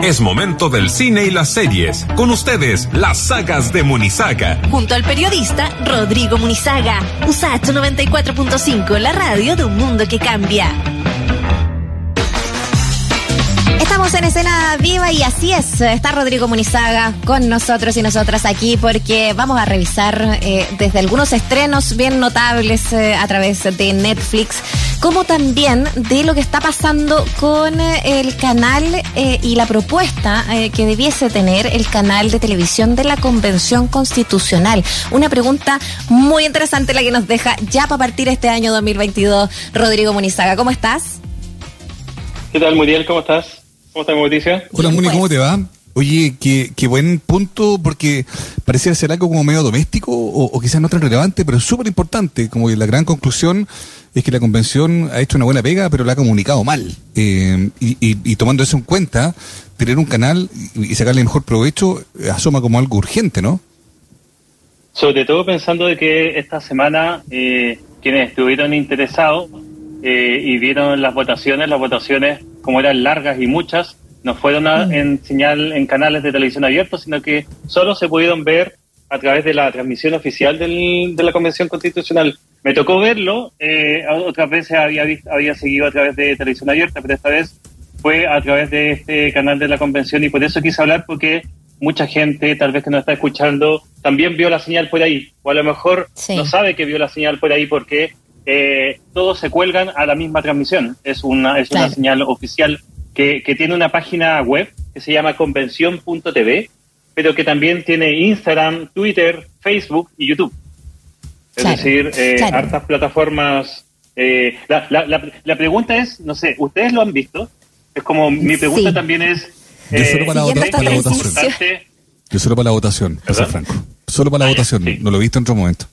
Es momento del cine y las series. Con ustedes, las sagas de Munizaga. Junto al periodista Rodrigo Munizaga. USACH 94.5, la radio de un mundo que cambia. Estamos en Escena Viva y así es, está Rodrigo Munizaga con nosotros y nosotras aquí porque vamos a revisar desde algunos estrenos bien notables a través de Netflix, como también de lo que está pasando con el canal y la propuesta que debiese tener el canal de televisión de la Convención Constitucional. Una pregunta muy interesante la que nos deja ya para partir este año 2022. Rodrigo Munizaga, ¿cómo estás? ¿Qué tal, Muriel? ¿Cómo estás? ¿Cómo estás, Mauricio? Hola, Muni, ¿cómo te va? Oye, qué buen punto, porque pareciera ser algo como medio doméstico o quizás no tan relevante, pero súper importante. Como que la gran conclusión es que la convención ha hecho una buena pega, pero la ha comunicado mal. Y tomando eso en cuenta, tener un canal y sacarle mejor provecho asoma como algo urgente, ¿no? Sobre todo pensando de que esta semana quienes estuvieron interesados y vieron las votaciones como eran largas y muchas, no fueron en señal en canales de televisión abiertos, sino que solo se pudieron ver a través de la transmisión oficial de la Convención Constitucional. Me tocó verlo, otras veces había seguido a través de televisión abierta, pero esta vez fue a través de este canal de la Convención y por eso quise hablar, porque mucha gente, tal vez que nos está escuchando, también vio la señal por ahí, o a lo mejor no sabe que vio la señal por ahí porque todos se cuelgan a la misma transmisión. Es una señal oficial que tiene una página web que se llama convención.tv, pero que también tiene Instagram, Twitter, Facebook y YouTube. Es decir, hartas plataformas. La pregunta es, no sé, ¿ustedes lo han visto? Es como, mi pregunta también es... Yo solo para la votación. Yo solo para la votación, para ser franco. Solo para la votación, no lo he visto en otro momento.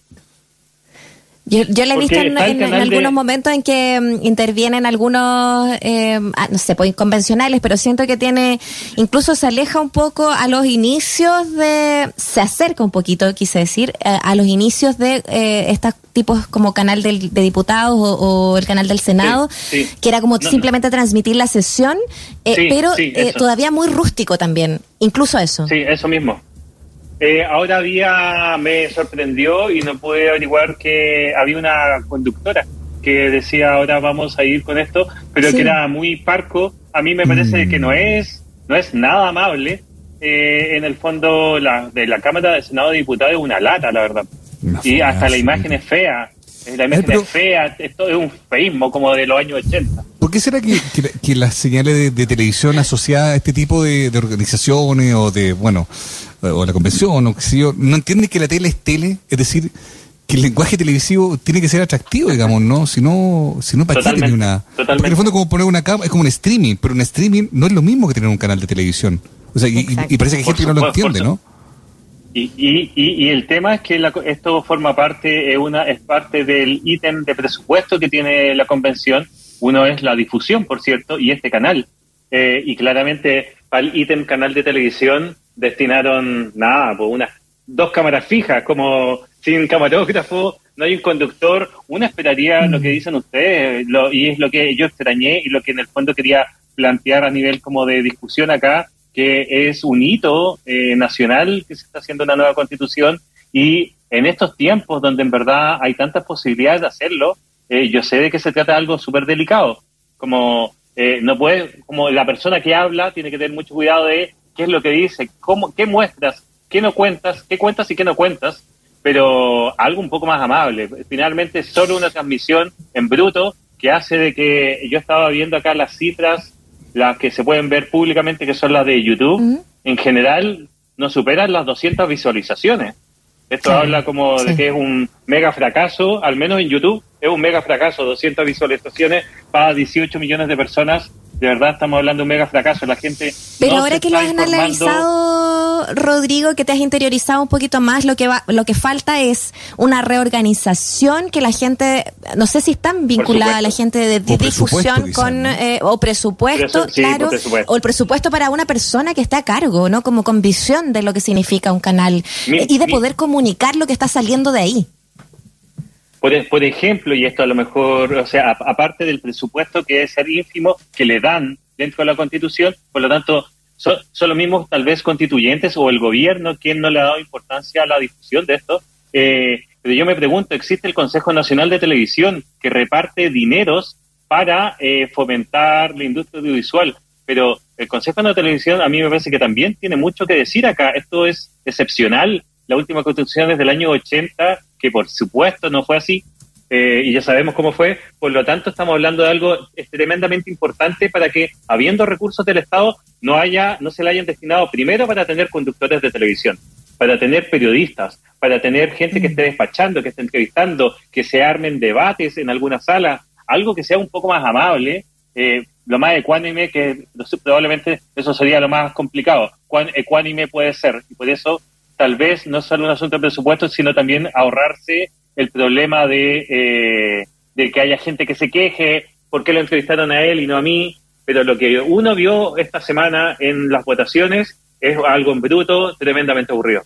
Yo la he visto en algunos momentos en que intervienen algunos, no sé, pues convencionales, pero siento que incluso se aleja un poco a los inicios se acerca un poquito, quise decir, a los inicios de estos tipos como canal de diputados o el canal del Senado, que era como simplemente transmitir la sesión, pero todavía muy rústico también, incluso eso. Sí, eso mismo. Ahora me sorprendió y no pude averiguar que había una conductora que decía ahora vamos a ir con esto, pero que era muy parco. A mí me parece que no es nada amable. En el fondo de la Cámara de Senado de Diputados es una lata, la verdad. Y hasta la imagen es fea. La imagen es fea, esto es un feísmo como de los años 80. ¿Por qué será que las señales de televisión asociadas a este tipo de organizaciones o la convención o qué sé yo, no entienden que la tele es tele? Es decir, que el lenguaje televisivo tiene que ser atractivo, digamos, ¿no? Si no ¿para qué tener una...? Porque en el fondo como poner una cámara, es como un streaming, pero un streaming no es lo mismo que tener un canal de televisión. O sea, y parece que hay gente que no lo entiende, ¿no? Y el tema es que esto forma parte, es parte del ítem de presupuesto que tiene la convención. Uno es la difusión, por cierto, y este canal. Y claramente al ítem canal de televisión destinaron unas 2 cámaras fijas, como sin camarógrafo, no hay un conductor. Uno esperaría lo que dicen ustedes, y es lo que yo extrañé y lo que en el fondo quería plantear a nivel como de discusión acá, que es un hito nacional que se está haciendo una nueva constitución, y en estos tiempos donde en verdad hay tantas posibilidades de hacerlo, yo sé de que se trata de algo súper delicado, como como la persona que habla tiene que tener mucho cuidado de qué es lo que dice, qué muestras, qué no cuentas, qué cuentas y qué no cuentas, pero algo un poco más amable. Finalmente solo una transmisión en bruto que hace de que yo estaba viendo acá las cifras, las que se pueden ver públicamente, que son las de YouTube, en general no superan las 200 visualizaciones. Esto habla como de que es un mega fracaso, al menos en YouTube es un mega fracaso, 200 visualizaciones para 18 millones de personas. De verdad estamos hablando de un mega fracaso, la gente... Pero ahora que lo has analizado, Rodrigo, que te has interiorizado un poquito más, lo que falta es una reorganización, que la gente, no sé si están vinculada a la gente de difusión con o presupuesto, claro, o el presupuesto para una persona que está a cargo, ¿no? Como con visión de lo que significa un canal y de poder comunicar lo que está saliendo de ahí. Por ejemplo, y esto a lo mejor, o sea, aparte del presupuesto que es ser ínfimo, que le dan dentro de la Constitución, por lo tanto, son los mismos tal vez constituyentes o el gobierno quien no le ha dado importancia a la difusión de esto. Pero yo me pregunto, ¿existe el Consejo Nacional de Televisión que reparte dineros para fomentar la industria audiovisual? Pero el Consejo Nacional de Televisión a mí me parece que también tiene mucho que decir acá. Esto es excepcional. La última constitución es del año 80, que por supuesto no fue así, y ya sabemos cómo fue. Por lo tanto, estamos hablando de algo tremendamente importante para que, habiendo recursos del Estado, no se le hayan destinado primero para tener conductores de televisión, para tener periodistas, para tener gente que esté despachando, que esté entrevistando, que se armen debates en alguna sala, algo que sea un poco más amable, lo más ecuánime, que probablemente eso sería lo más complicado. Ecuánime puede ser, y por eso tal vez no solo un asunto de presupuesto, sino también ahorrarse el problema de que haya gente que se queje, por qué lo entrevistaron a él y no a mí. Pero lo que uno vio esta semana en las votaciones es algo en bruto, tremendamente aburrido.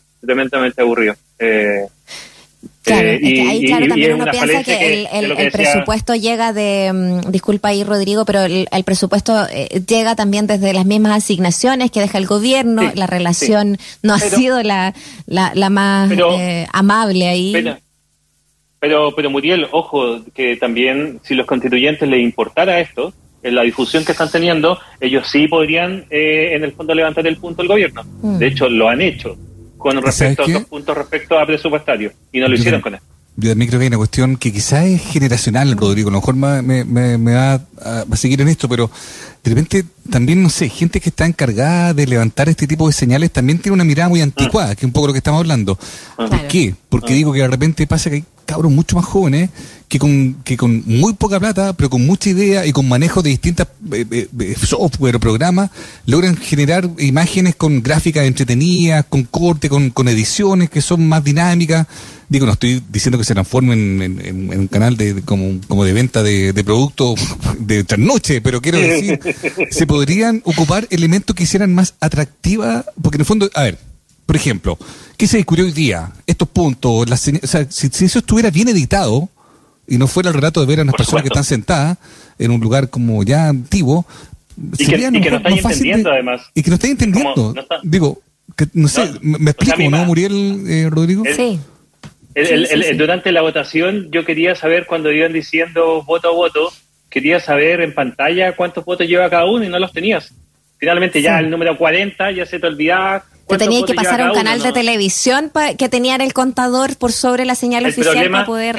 Claro, es que ahí, claro, también uno piensa que el presupuesto llega de, disculpa ahí Rodrigo, pero el presupuesto llega también desde las mismas asignaciones que deja el gobierno, la relación no ha sido la más amable ahí. Pero Muriel, ojo, que también si los constituyentes les importara esto, en la difusión que están teniendo, ellos sí podrían en el fondo levantar el punto del gobierno. De hecho, lo han hecho con respecto a otros puntos respecto a presupuestario, y no lo hicieron con esto. Yo también creo que hay una cuestión que quizás es generacional, Rodrigo, a lo mejor me va a seguir en esto, pero de repente también, no sé, gente que está encargada de levantar este tipo de señales también tiene una mirada muy anticuada, que es un poco lo que estamos hablando. ¿Por qué? Porque digo que de repente pasa que hay cabros mucho más jóvenes que con muy poca plata, pero con mucha idea y con manejo de distintas software o programas, logran generar imágenes con gráficas entretenidas, con corte, con ediciones que son más dinámicas. Digo, no estoy diciendo que se transformen en un canal como de venta de productos de trasnoche, pero quiero decir, se podrían ocupar elementos que hicieran más atractiva, porque en el fondo, a ver, por ejemplo, ¿qué se descubrió hoy día? Estos puntos, o sea, si eso estuviera bien editado y no fuera el relato de ver a unas personas que están sentadas en un lugar como ya antiguo, y que no están entendiendo, además. Y que no están entendiendo. Digo, que, no sé, me explico, o sea, ¿no, Muriel, Rodrigo? Sí. Durante la votación yo quería saber, cuando iban diciendo voto a voto, quería saber en pantalla cuántos votos lleva cada uno y no los tenías. Finalmente ya el número 40 ya se te olvidaba. Te tenía que pasar a un canal de televisión que tenían el contador por sobre la señal oficial para poder...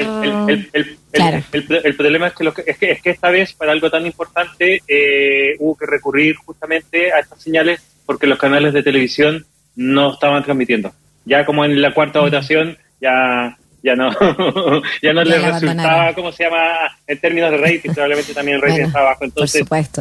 El problema es que esta vez, para algo tan importante, hubo que recurrir justamente a estas señales porque los canales de televisión no estaban transmitiendo. Ya como en la cuarta votación, ya no les resultaba, ¿cómo se llama? En términos de rating, probablemente también el rating está bajo. Entonces, por supuesto.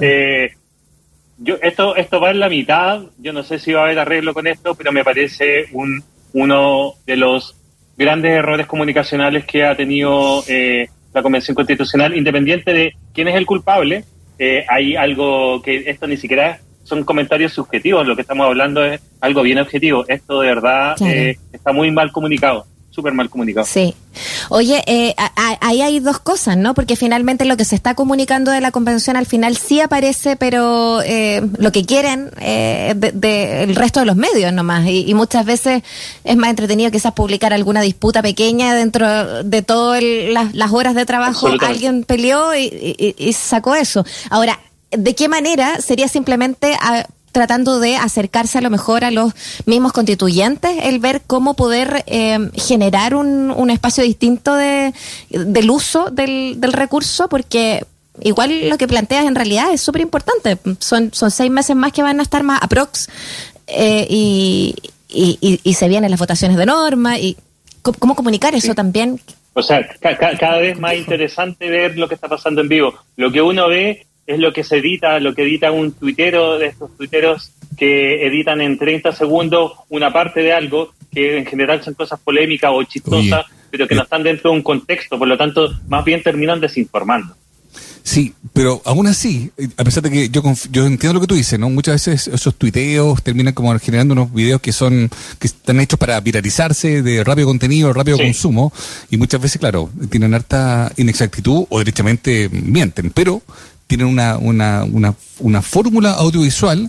Esto va en la mitad. Yo no sé si va a haber arreglo con esto, pero me parece uno de los grandes errores comunicacionales que ha tenido la Convención Constitucional, independiente de quién es el culpable. Hay algo que esto ni siquiera son comentarios subjetivos, lo que estamos hablando es algo bien objetivo. Esto de verdad está muy mal comunicado. Súper mal comunicado. Sí. Oye, ahí hay dos cosas, ¿no? Porque finalmente lo que se está comunicando de la convención al final sí aparece, pero lo que quieren el resto de los medios nomás. Y muchas veces es más entretenido quizás publicar alguna disputa pequeña dentro de todas las horas de trabajo. Alguien peleó y sacó eso. Ahora, ¿de qué manera sería simplemente tratando de acercarse a lo mejor a los mismos constituyentes, el ver cómo poder generar un espacio distinto del uso del recurso? Porque igual lo que planteas en realidad es súper importante. Son 6 meses más que van a estar más aprox y se vienen las votaciones de norma. Y ¿cómo comunicar eso también? O sea, cada vez más interesante ver lo que está pasando en vivo. Lo que uno ve es lo que se edita, lo que edita un tuitero, de estos tuiteros que editan en 30 segundos una parte de algo, que en general son cosas polémicas o chistosas, pero que no están dentro de un contexto, por lo tanto, más bien terminan desinformando. Sí, pero aún así, a pesar de que yo entiendo lo que tú dices, ¿no? Muchas veces esos tuiteos terminan como generando unos videos que están hechos para viralizarse, de rápido contenido, rápido consumo, y muchas veces, claro, tienen harta inexactitud o derechamente mienten, pero tienen una fórmula audiovisual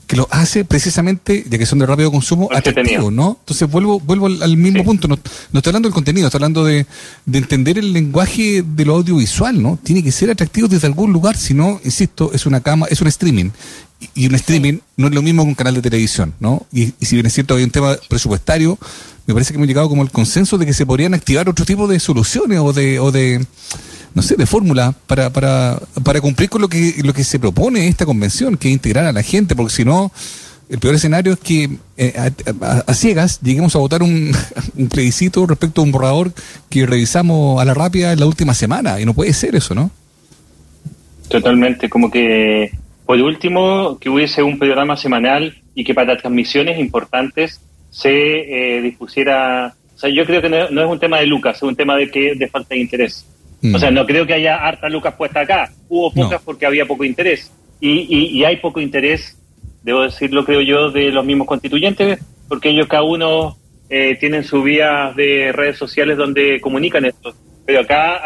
que lo hace precisamente, ya que son de rápido consumo, atractivos, ¿no? Entonces vuelvo al mismo punto, no estoy hablando del contenido, estoy hablando de entender el lenguaje de lo audiovisual, ¿no? Tiene que ser atractivo desde algún lugar, si no, insisto, es un streaming. Y un streaming no es lo mismo que un canal de televisión, ¿no? Y si bien es cierto, hay un tema presupuestario, me parece que hemos llegado como al consenso de que se podrían activar otro tipo de soluciones o de no sé, de fórmula para cumplir con lo que se propone esta convención, que es integrar a la gente, porque si no, el peor escenario es que a ciegas lleguemos a votar un plebiscito respecto a un borrador que revisamos a la rápida en la última semana, y no puede ser eso, ¿no? Totalmente, como que por último, que hubiese un programa semanal y que para transmisiones importantes se dispusiera. O sea, yo creo que no es un tema de lucas, es un tema de falta de interés. O sea, no creo que haya harta lucas puesta acá. Hubo pocas porque había poco interés. Y hay poco interés, debo decirlo, creo yo, de los mismos constituyentes, porque ellos cada uno tienen sus vías de redes sociales donde comunican esto. Pero acá,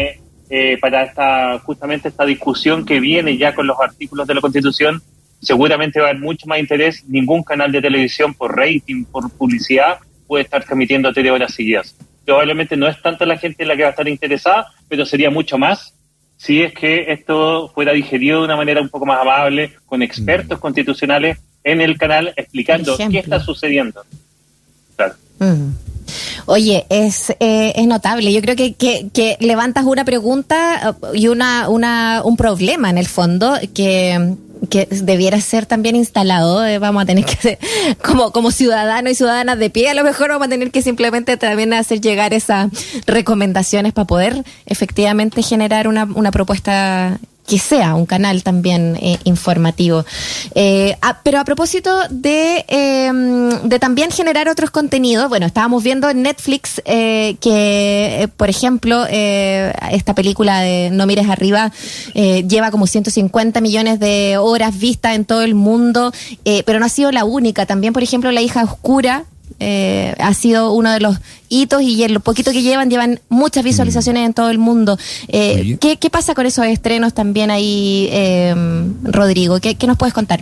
para justamente esta discusión que viene ya con los artículos de la Constitución, seguramente va a haber mucho más interés. Ningún canal de televisión por rating, por publicidad, puede estar transmitiendo 3 horas seguidas. Probablemente no es tanto la gente la que va a estar interesada, pero sería mucho más si es que esto fuera digerido de una manera un poco más amable, con expertos constitucionales en el canal explicando qué está sucediendo. Claro. Oye, es notable. Yo creo que levantas una pregunta y un problema en el fondo que debiera ser también instalado. Vamos a tener que hacer, como ciudadanos y ciudadanas de pie, a lo mejor vamos a tener que simplemente también hacer llegar esas recomendaciones para poder efectivamente generar una propuesta que sea un canal también informativo. Pero a propósito de también generar otros contenidos, bueno, estábamos viendo en Netflix que, por ejemplo, esta película de No mires arriba lleva como 150 millones de horas vistas en todo el mundo, pero no ha sido la única. También, por ejemplo, La hija oscura ha sido uno de los hitos, y en lo poquito que llevan muchas visualizaciones en todo el mundo. ¿Qué pasa con esos estrenos también ahí, Rodrigo? ¿Qué nos puedes contar?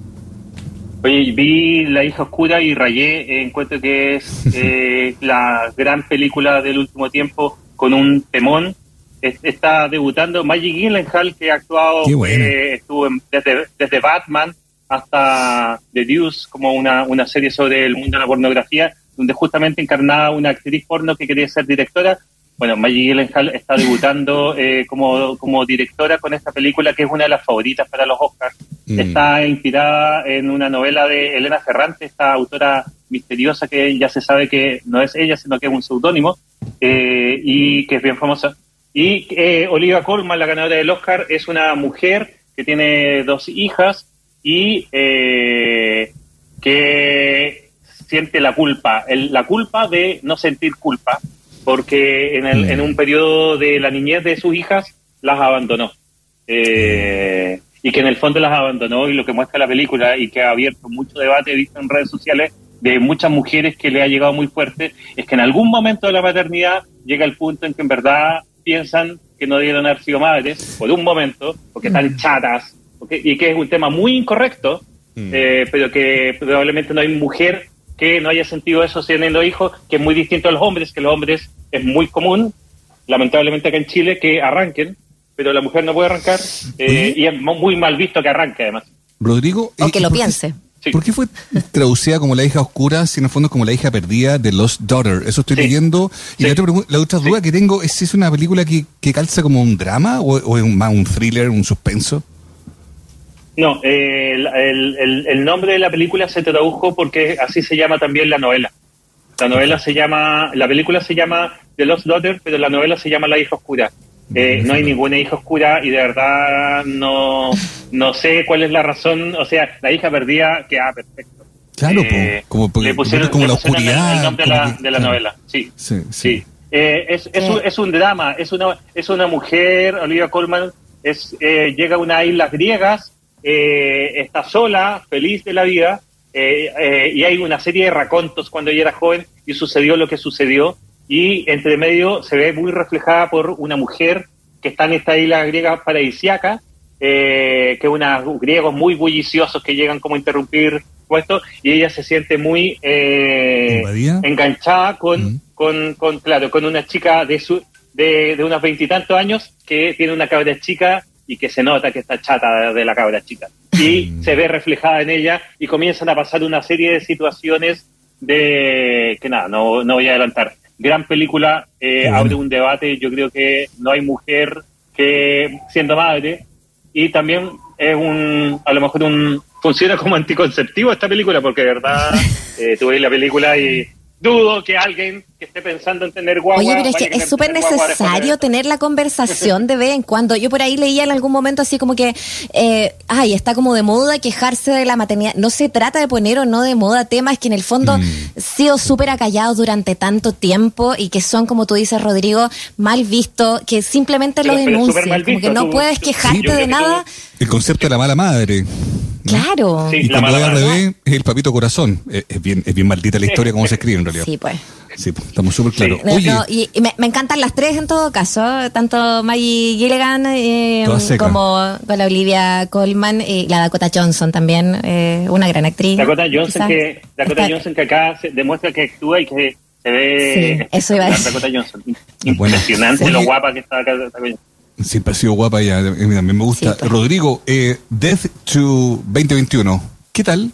Oye, vi La hija oscura y rayé. Encuentro que es la gran película del último tiempo, con un temón. Está debutando Maggie Gyllenhaal, que ha actuado, estuvo desde Batman hasta The Deuce, como una serie sobre el mundo de la pornografía, donde justamente encarnaba una actriz porno que quería ser directora. Bueno, Maggie Gyllenhaal está debutando como directora con esta película, que es una de las favoritas para los Oscars. Está inspirada en una novela de Elena Ferrante, esta autora misteriosa que ya se sabe que no es ella, sino que es un seudónimo, y que es bien famosa. Y Olivia Colman, la ganadora del Oscar, es una mujer que tiene 2 hijas, y que siente la culpa de no sentir culpa, porque en un periodo de la niñez de sus hijas las abandonó, y que en el fondo las abandonó, y lo que muestra la película, y que ha abierto mucho debate visto en redes sociales de muchas mujeres, que le ha llegado muy fuerte, es que en algún momento de la maternidad llega el punto en que en verdad piensan que no debieron haber sido madres por un momento, porque están chatas, y que es un tema muy incorrecto, pero que probablemente no hay mujer que no haya sentido eso teniendo hijos, que es muy distinto a los hombres, que los hombres es muy común, lamentablemente acá en Chile, que arranquen, pero la mujer no puede arrancar, y es muy mal visto que arranque, además. Rodrigo, o que lo piense. ¿Por qué fue traducida como La hija oscura, si en el fondo es como La hija perdida de Lost Daughter? Eso estoy leyendo. Y la otra duda que tengo es si es una película que calza como un drama o es más un thriller, un suspenso. No, el nombre de la película se tradujo porque así se llama también la novela. La película se llama The Lost Daughter, pero la novela se llama La hija oscura. No hay ninguna hija oscura, y de verdad no sé cuál es la razón. O sea, La hija perdida queda perfecto. Claro, le pusieron como la oscuridad, el nombre de la novela. Sí. Es un drama. Es una mujer, Olivia Colman, llega a unas islas griegas, está sola, feliz de la vida, y hay una serie de racontos cuando ella era joven y sucedió lo que sucedió, y entre medio se ve muy reflejada por una mujer que está en esta isla griega paradisíaca, que unos griegos muy bulliciosos que llegan como a interrumpir puesto, y ella se siente muy enganchada con una chica de unos 20 y tantos años que tiene una cabra chica y que se nota que está chata de la cabra chica. Y se ve reflejada en ella y comienzan a pasar una serie de situaciones que nada, no voy a adelantar. Gran película, abre un debate. Yo creo que no hay mujer que siendo madre, y también es a lo mejor funciona como anticonceptivo esta película, porque de verdad tuve la película y dudo que alguien que esté pensando en tener guagua... Oye, pero es que es súper necesario tener la conversación de vez en cuando. Yo por ahí leía en algún momento así como que está como de moda quejarse de la maternidad. No se trata de poner o no de moda temas que en el fondo han sido súper acallados durante tanto tiempo y que son, como tú dices, Rodrigo, mal vistos, que simplemente lo denuncian. Como que no puedes quejarte de nada. El concepto de la mala madre. Claro. Sí, y cuando hay bebé es el papito corazón. Es bien maldita la historia como se escribe en realidad. Sí, pues. Sí, estamos súper claros. Sí. Oye, y me encantan las tres en todo caso, tanto Maggie Gilligan como con la Olivia Colman y la Dakota Johnson también, una gran actriz. Dakota Johnson que acá se demuestra que actúa y que se ve... Sí, eso iba a decir. Dakota Johnson. Impresionante lo guapa que está acá. Siempre ha sido guapa ella, también me gusta. Sí, pues. Rodrigo, Death to 2021, ¿qué tal?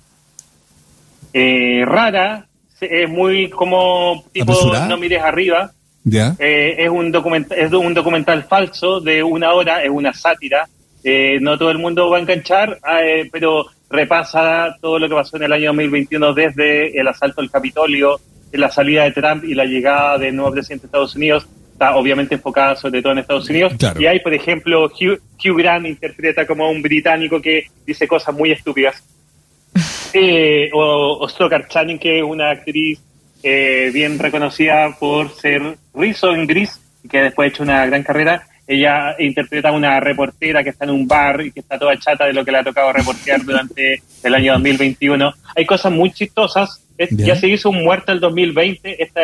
Rara, es muy como tipo ¿apresurada? No mires arriba. ¿Ya? Es un documental falso de 1 hora, es una sátira. No todo el mundo va a enganchar, pero repasa todo lo que pasó en el año 2021 desde el asalto al Capitolio, la salida de Trump y la llegada del nuevo presidente de Estados Unidos. Está obviamente enfocada sobre todo en Estados Unidos. Claro. Y hay, por ejemplo, Hugh Grant interpreta como un británico que dice cosas muy estúpidas. O Stockard Channing, que es una actriz bien reconocida por ser Rizzo en Gris, y que después ha hecho una gran carrera. Ella interpreta a una reportera que está en un bar y que está toda chata de lo que le ha tocado reportear durante el año 2021. Hay cosas muy chistosas. Ya se hizo un Muerte el 2020. Esta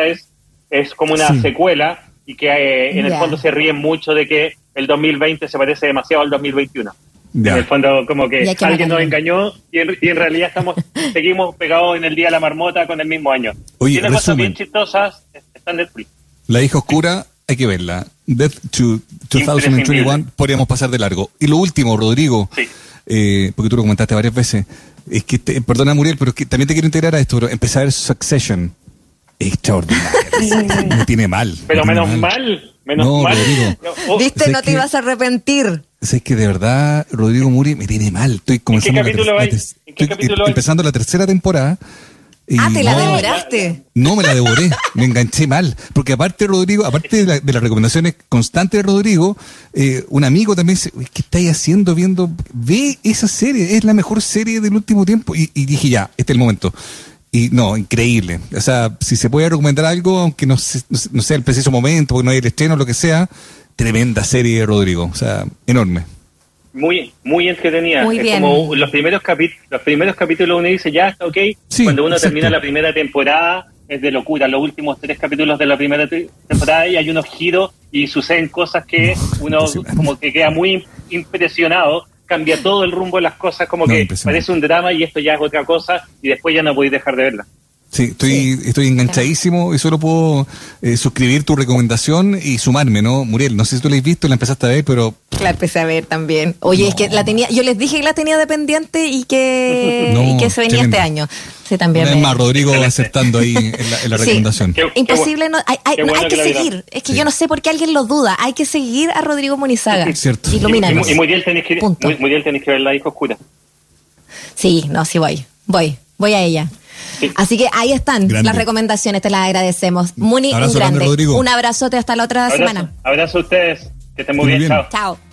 es como una secuela, y que en el fondo se ríen mucho de que el 2020 se parece demasiado al 2021. En el fondo como que alguien nos engañó y en realidad seguimos pegados en el Día de la Marmota con el mismo año. Oye, tiene cosas bien chistosas, está en Netflix. La hija oscura, hay que verla. Death to 2021, podríamos pasar de largo. Y lo último, Rodrigo, porque tú lo comentaste varias veces, es que, perdona Muriel, pero es que también te quiero integrar a esto, pero empezar a ver Succession. Extraordinario. Me tiene mal. Pero menos mal. Rodrigo, ¿viste? No te ibas a arrepentir. Es que de verdad, Rodrigo Muri me tiene mal. Estoy comenzando ¿En qué capítulo vais? Empezando la tercera temporada. ¿Te la devoraste? No me la devoré, me enganché mal. Porque aparte, Rodrigo, aparte de las recomendaciones constantes de Rodrigo, un amigo también dice, ¿qué estáis haciendo ve esa serie? Es la mejor serie del último tiempo. Y dije, ya, este es el momento. Y no, increíble. O sea, si se puede recomendar algo, aunque no sea el preciso momento, porque no hay el estreno, lo que sea, tremenda serie, Rodrigo. O sea, enorme. Muy entretenida. Muy bien. Como los primeros capítulos uno dice, ya está ok. Sí, cuando uno exacto. termina la primera temporada, es de locura. Los últimos 3 capítulos de la primera temporada y hay unos giros y suceden cosas que uno como que queda muy impresionado. Cambia todo el rumbo de las cosas, como que parece un drama y esto ya es otra cosa y después ya no podéis dejar de verla. Sí, estoy enganchadísimo y solo puedo suscribir tu recomendación y sumarme, ¿no? Muriel, no sé si tú la has visto, la empezaste a ver, pero... La empecé a ver también. Oye, es que yo les dije que la tenía de pendiente y que se venía este año. Sí, también. Es más, Rodrigo acertando ahí en la recomendación. Imposible, hay que seguir. Es que yo no sé por qué alguien lo duda. Hay que seguir a Rodrigo Munizaga. Cierto. Ilumínanos. Y Muriel tenés que ver La hija oscura. Sí, sí voy a ella. Sí. Así que ahí están las recomendaciones, te las agradecemos. Muni, un grande. Un abrazote hasta la otra semana. Abrazo a ustedes, que estén muy bien. Chao.